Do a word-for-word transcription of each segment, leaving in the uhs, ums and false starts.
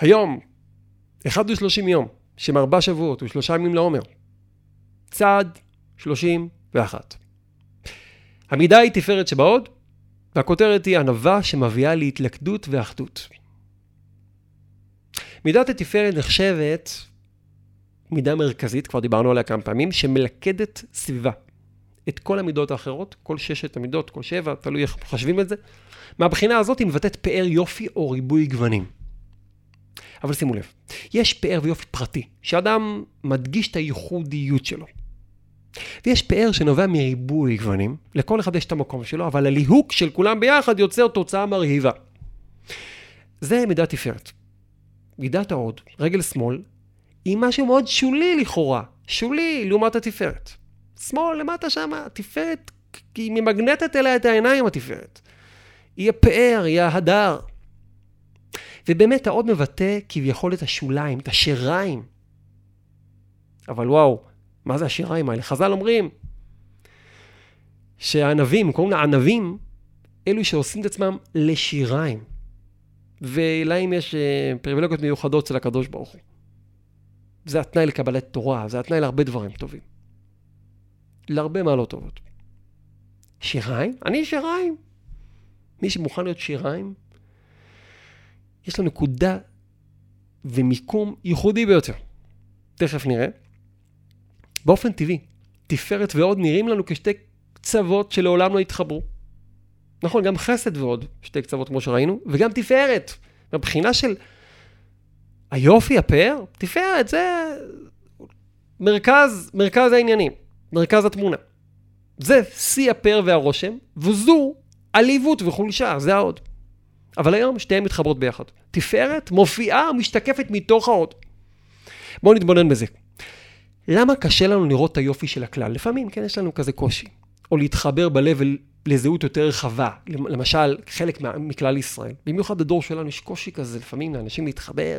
היום, אחד ושלושים יום, שהם ארבע שבועות ושלושה ימים לעומר. צעד שלושים ואחת. המידה היא תפארת שבעוד, והכותרת היא ענווה שמביאה להתלכדות ואחדות. מידת התפארת נחשבת מידה מרכזית, כבר דיברנו עליה כמה פעמים, שמלכדת סביבה. את כל המידות האחרות, כל ששת המידות, כל שבע, תלוי איך חשבים את זה. מהבחינה הזאת היא מבטאת פאר יופי או ריבוי גוונים. אבל שימו לב, יש פאר ויופי פרטי, שאדם מדגיש את הייחודיות שלו. ויש פאר שנובע מריבוי גוונים, לכל אחד יש את המקום שלו, אבל הליהוק של כולם ביחד יוצר תוצאה מרהיבה. זה מידת תפארת. מידת ההוד, רגל שמאל, היא משהו מאוד שולי לכאורה, שולי לעומת התפארת. שמאל למטה שם, התפארת, היא ממגנטת אליה את העיניים התפארת. היא הפאר, היא ההדר. ובאמת ההוד מבטא כביכול את השוליים, את השיריים. אבל וואו, מה זה השיריים האלה? חז"ל אומרים שהענבים, קוראים לענבים, אלו שעושים את עצמם לשיריים. ולהם יש פריבילגיות מיוחדות של הקדוש ברוך הוא. זה התנאי לקבלת תורה, זה התנאי להרבה דברים טובים. להרבה מעלות טובות. שיריים? אני שיריים. מי שמוכן להיות שיריים, יש לו נקודה ומיקום ייחודי ביותר. תכף נראה. באופן טבעי, תפארת ועוד נראים לנו כשתי קצוות שלעולם לא התחברו. נכון, גם חסד ועוד, שתי קצוות כמו שראינו, וגם תפארת. מבחינה של היופי, הפאר, תפארת, זה מרכז, מרכז העניינים, מרכז התמונה. זה שיא הפאר והרושם, וזו עליבות וחולשה, זה העוד. אבל היום שתיהן מתחברות ביחד. תפארת מופיעה ומשתקפת מתוך העוד. בואו נתבונן בזה. למה קשה לנו לראות את היופי של הכלל? לפעמים, כן, יש לנו כזה קושי. או להתחבר בלב לזהות יותר רחבה. למשל, חלק מכלל ישראל. במיוחד הדור שלנו יש קושי כזה, לפעמים לאנשים להתחבר.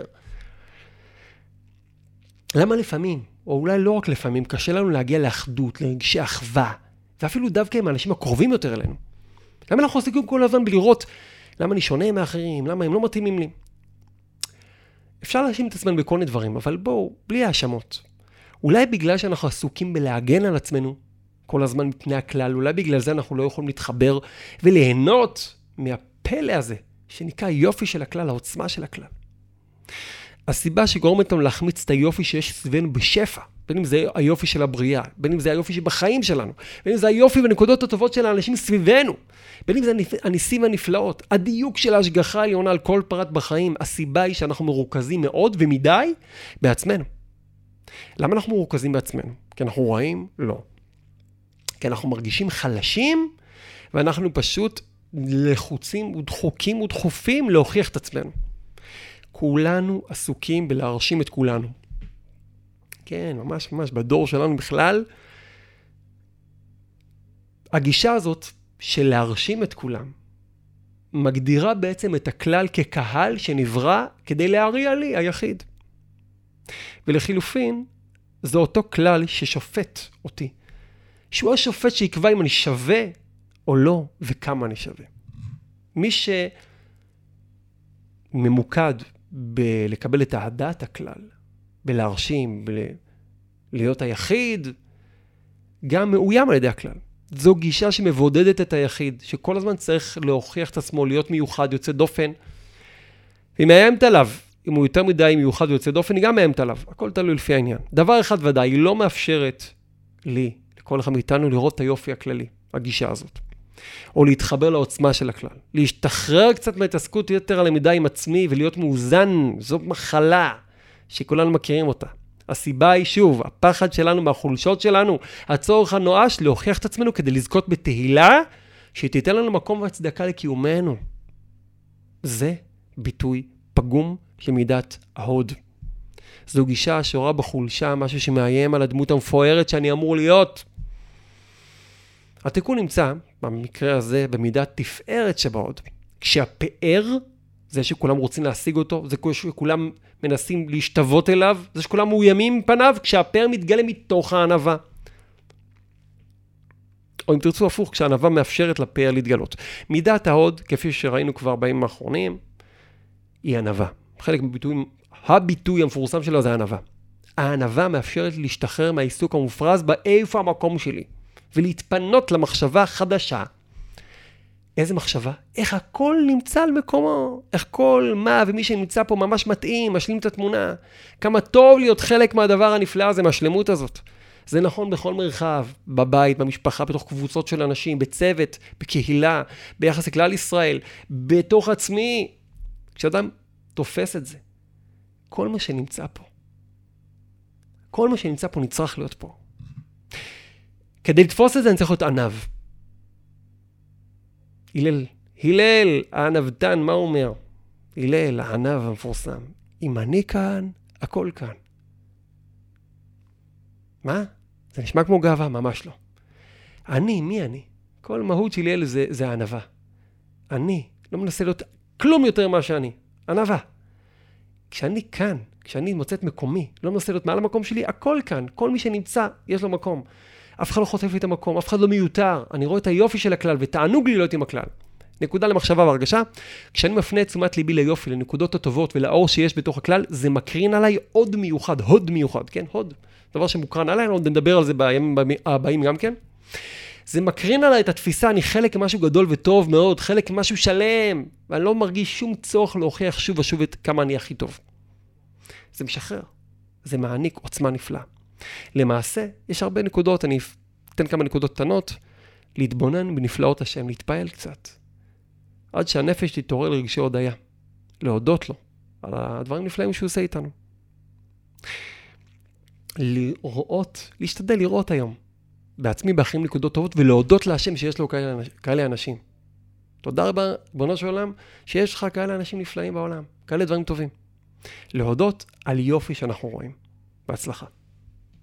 למה לפעמים, או אולי לא רק לפעמים, קשה לנו להגיע לאחדות, לרגשי אחווה, ואפילו דווקא עם האנשים הקרובים יותר אלינו? למה אנחנו עוסקים כל הזמן בלראות למה אני שונה מאחרים, למה הם לא מתאימים לי? אפשר להאשים את עצמנו בכל מיני דברים, אבל בואו, בלי האשמות. אולי בגלל שאנחנו עסוקים בלהגן על עצמנו כל הזמן מפני הכלל, אולי בגלל זה אנחנו לא יכולים להתחבר וליהנות מהפלא הזה, שנקרא יופי של הכלל, העוצמה של הכלל. הסיבה שגורמת לנו להחמיץ את היופי שיש סביבנו בשפע, בין אם זה היופי של הבריאה, בין אם זה היופי שבחיים שלנו, בין אם זה היופי והנקודות הטובות של האנשים סביבנו, בין אם זה הניסים והנפלאות, הדיוק של ההשגחה העליונה על כל פרט בחיים, הסיבה היא שאנחנו מרוכזים מאוד ומדי בעצמנו. למה אנחנו מרוכזים בעצמנו? כי אנחנו רואים? לא. כי אנחנו מרגישים חלשים, ואנחנו פשוט לחוצים ודחוקים ודחופים להוכיח את עצמנו. כולנו עסוקים בלהרשים את כולנו. כן, ממש ממש בדור שלנו בכלל, הגישה הזאת של להרשים את כולם, מגדירה בעצם את הכלל כקהל שנברא כדי להריע לי היחיד. ולחילופין, זה אותו כלל ששופט אותי. שהוא השופט שיקבע אם אני שווה או לא, וכמה אני שווה. מי שממוקד בלקבל את העדת הכלל, בלהרשים, בלהיות היחיד, גם מאוים על ידי הכלל. זו גישה שמבודדת את היחיד, שכל הזמן צריך להוכיח את עצמו, להיות מיוחד, יוצא דופן. והיא מאיימת עליו, אם הוא יותר מדי מיוחד ויוצא דופן, היא גם מאיימת עליו. הכל תלוי לפי העניין. דבר אחד ודאי, היא לא מאפשרת לי, לכל אחד מאיתנו, לראות את היופי הכללי, הגישה הזאת. או להתחבר לעוצמה של הכלל. להשתחרר קצת מהתעסקות יותר על המידה עם עצמי, ולהיות מאוזן. זו מחלה שכולנו מכירים אותה. הסיבה היא שוב, הפחד שלנו מהחולשות שלנו, הצורך הנואש להוכיח את עצמנו כדי לזכות בתהילה, שתיתן לנו מקום והצדקה לקיומנו. זה ביטוי פגום של מידת ההוד. זו גישה שרואה בחולשה, משהו שמאיים על הדמות המפוארת שאני אמור להיות. התיקון נמצא, במקרה הזה, במידת תפארת שבהוד. כשהפאר, זה שכולם רוצים להשיג אותו, זה שכולם מנסים להשתוות אליו, זה שכולם מאוימים מפניו, כשהפאר מתגלה מתוך הענווה. או אם תרצו הפוך, כשהענווה מאפשרת לפאר להתגלות. מידת ההוד, כפי שראינו כבר בימים האחרונים, היא ענווה. חלק מביטויים, הביטוי המפורסם שלו זה הענווה. הענווה מאפשרת לי להשתחרר מהעיסוק המופרז באיפה המקום שלי, ולהתפנות למחשבה חדשה. איזה מחשבה? איך הכל נמצא על מקומו, איך כל מה ומי שנמצא פה ממש מתאים, משלים את התמונה. כמה טוב להיות חלק מהדבר הנפלא הזה, מהשלמות הזאת. זה נכון בכל מרחב, בבית, במשפחה, בתוך קבוצות של אנשים, בצוות, בקהילה, ביחס לכלל ישראל, בתוך עצמי. כשאדם תופס את זה, כל מה שנמצא פה, כל מה שנמצא פה נצטרך להיות פה. כדי לתפוס את זה אני צריך להיות ענב. הלל, הלל, הענבתן, מה הוא אומר? הלל, הענב המפורסם. אם אני כאן, הכל כאן. מה? זה נשמע כמו גאווה, ממש לא. אני, מי אני? כל מהות של הלל זה, זה הענבה. אני לא מנסה להיות כלום יותר מה שאני. ענבה. כשאני כאן, כשאני מוצא את מקומי, לא מנסה להיות מעל המקום שלי, הכל כאן. כל מי שנמצא, יש לו מקום. אף אחד לא חוטף לי את המקום, אף אחד לא מיותר. אני רואה את היופי של הכלל, ותענוג לי להיות עם הכלל. נקודה למחשבה והרגשה, כשאני מפנה את תשומת ליבי ליופי, לנקודות הטובות ולאור שיש בתוך הכלל, זה מקרין עליי עוד מיוחד, הוד מיוחד, כן? הוד. דבר שמוקרן עליי, אנחנו נדבר על זה בימים הבאים גם כן. זה מקרין עליי את התפיסה, אני חלק ממשהו גדול וטוב מאוד, חלק ממשהו שלם, ואני לא מרגיש שום צורך להוכיח שוב ושוב את כמה אני הכי טוב. זה משחרר, זה מעניק עוצמה נפלאה. למעשה, יש הרבה נקודות, אני אתן כמה נקודות קטנות, להתבונן בנפלאות השם, להתפעל קצת, עד שהנפש תתעורר לרגשי הודיה, להודות לו על הדברים הנפלאים שהוא עושה איתנו. לראות, להשתדל לראות היום, בעצמי באחרים נקודות טובות, ולהודות להשם שיש לו כאלה, כאלה אנשים. תודה רבה, בונו של עולם, שיש לך כאלה אנשים נפלאים בעולם, כאלה דברים טובים. להודות על יופי שאנחנו רואים. בהצלחה.